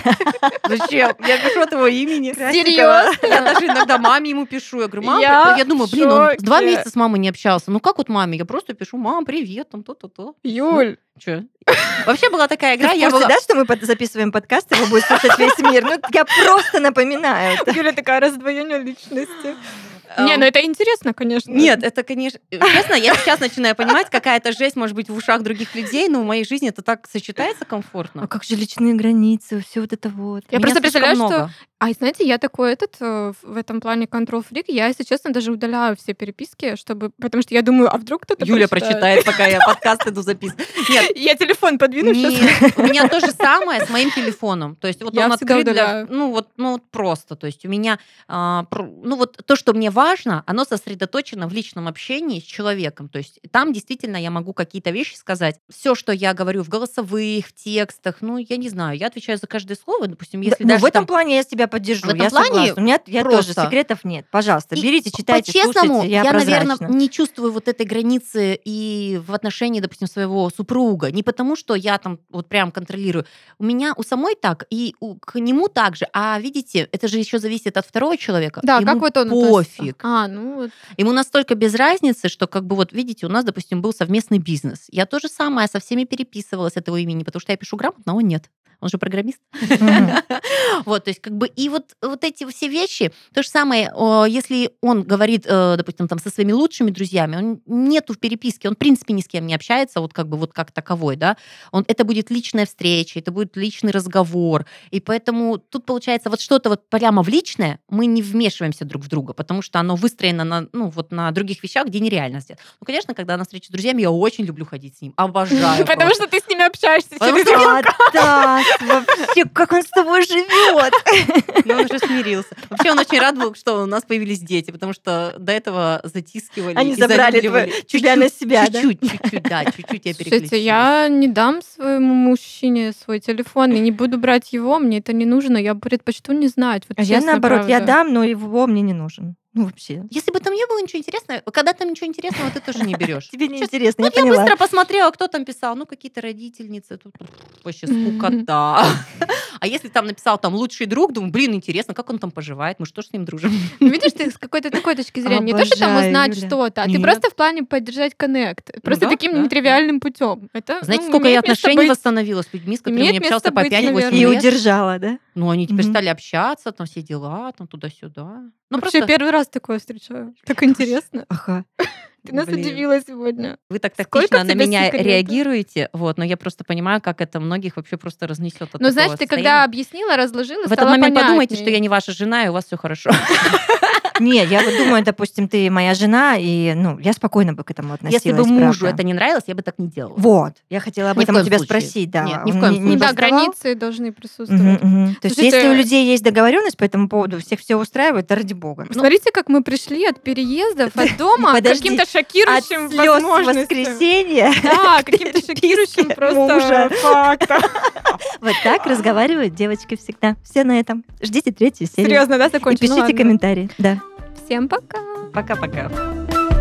Зачем? Я пишу от его имени. Серьезно? Я даже иногда маме ему пишу. Я говорю, мам, Я при- я думаю, в блин, он два шоке. месяца с мамой не общался. Ну как вот маме? Я просто пишу, мам, привет, там то-то-то. Юль, Че? Вообще была такая игра, Ты в я курсе, была... да, что мы под- записываем подкаст, его будет слушать весь мир? Ну, я просто напоминаю. Юля такая раздвоение личности. А, Не, ну это интересно, конечно. Нет, это, конечно... Честно, я сейчас начинаю понимать, какая-то жесть может быть в ушах других людей, но в моей жизни это так сочетается комфортно. А как же личные границы, все вот это вот. Я Меня просто слишком представляю, что... много. А, знаете, я такой этот э, в этом плане контрол-фрик. Я, если честно, даже удаляю все переписки, чтобы... Потому что я думаю, а вдруг кто-то Юля прочитает? прочитает, пока я подкаст иду записывать. Нет, Я телефон подвину сейчас. нет, у меня то же самое с моим телефоном. То есть вот Я он всегда открыт для... удаляю. Ну вот, ну вот просто. То есть у меня... а, про- ну вот то, что мне важно, оно сосредоточено в личном общении с человеком. То есть там действительно я могу какие-то вещи сказать. Все, что я говорю в голосовых, в текстах, ну я не знаю, я отвечаю за каждое слово. Допустим, если Да, ну, даже в этом там... плане я тебя поддержу. В этом Я плане согласна. У меня я тоже просто. секретов нет. Пожалуйста, И берите, читайте, По-честному, слушайте. Я, я, наверное, прозрачна. не чувствую вот этой границы и в отношении, допустим, своего супруга. Не потому, что я там вот прям контролирую. У меня у самой так, и у- к нему так же. А видите, это же еще зависит от второго человека. Да, Ему как вот он относится? пофиг. А, ну вот. Ему настолько без разницы, что как бы вот видите, у нас, допустим, был совместный бизнес. Я то же самое со всеми переписывалась этого имени, потому что я пишу грамотно, а он нет. Он же программист. Мгм. Вот, то есть как бы и вот, вот эти все вещи, то же самое, о, если он говорит, э, допустим, там со своими лучшими друзьями, он нету в переписке, он в принципе ни с кем не общается, вот как бы вот как таковой, да, он, это будет личная встреча, это будет личный разговор, и поэтому тут получается вот что-то вот прямо в личное мы не вмешиваемся друг в друга, потому что оно выстроено на, ну, вот на других вещах, где нереально сделать. Ну, конечно, когда на встречу с друзьями, я очень люблю ходить с ним, обожаю. Потому просто. что ты с ними общаешься Потому через что- А, да, вообще, как он с тобой живет. Ну, он уже смирился. Вообще, он очень рад был, что у нас появились дети, потому что до этого затискивали Они и забрали завидовали. твоё- тебя на себя, да? Чуть-чуть, чуть-чуть, да, чуть-чуть я переключилась. Слушайте, я не дам своему мужчине свой телефон и не буду брать его, мне это не нужно, я предпочту не знать. Вот А я честно, наоборот, я правда. дам, но его мне не нужен. Ну, вообще. Если бы там не было ничего интересного, когда там ничего интересного, ты тоже не берешь. Тебе не Честно. интересно, Вот я я поняла. быстро посмотрела, кто там писал. Ну, какие-то родительницы. Тут вообще скукота. А если там написал там лучший друг, думаю, блин, интересно, как он там поживает, мы что ж с ним дружим? Ну, видишь, ты с какой-то такой точки зрения. Не то, что там Обожаю, узнать Юля. что-то, а ты Нет. просто в плане поддержать коннект. Просто да, таким да, нетривиальным путем. Это, Знаете, ну, сколько я имеет место отношений быть. восстановила с людьми, с которыми Имеет не общался место по быть, пять-восемь наверное. И лет? удержала, да? Ну, они теперь Мгм. стали общаться, там все дела, там туда-сюда. Ну, Вообще просто первый раз такое встречаю. Так интересно. Ага. Ты нас Блин. удивила сегодня. вы так Сколько тактично у на тебя меня секретов? реагируете, вот, но я просто понимаю, как это многих вообще просто разнесет от Но такого знаешь, ты когда состояния. объяснила, разложила, В этот стало момент подумайте, понятней. что я не ваша жена, и у вас все хорошо. Нет, я вот думаю, допустим, ты моя жена, и ну, я спокойно бы к этому относилась. Если бы мужу правда. это не нравилось, я бы так не делала. Вот, я хотела об Ни в этом у коем тебя случае. спросить, да. Нет, ни в Он коем не- случае. не Ну да, бастовал? границы должны присутствовать. Мгм, мгм. То есть, Слушайте, если у людей есть договоренность по этому поводу, всех все устраивает, то ради бога. Смотрите, как мы пришли от переездов, от дома к Подожди, каким-то От шокирующим слез возможностям. воскресенья. Да, каким-то шокирующим переписке просто мужа. фактом. Вот так разговаривают девочки всегда. Все на этом. Ждите третью серию. Серьезно, да, И закончим? Ну пишите ладно. комментарии. Да. Всем пока. Пока-пока.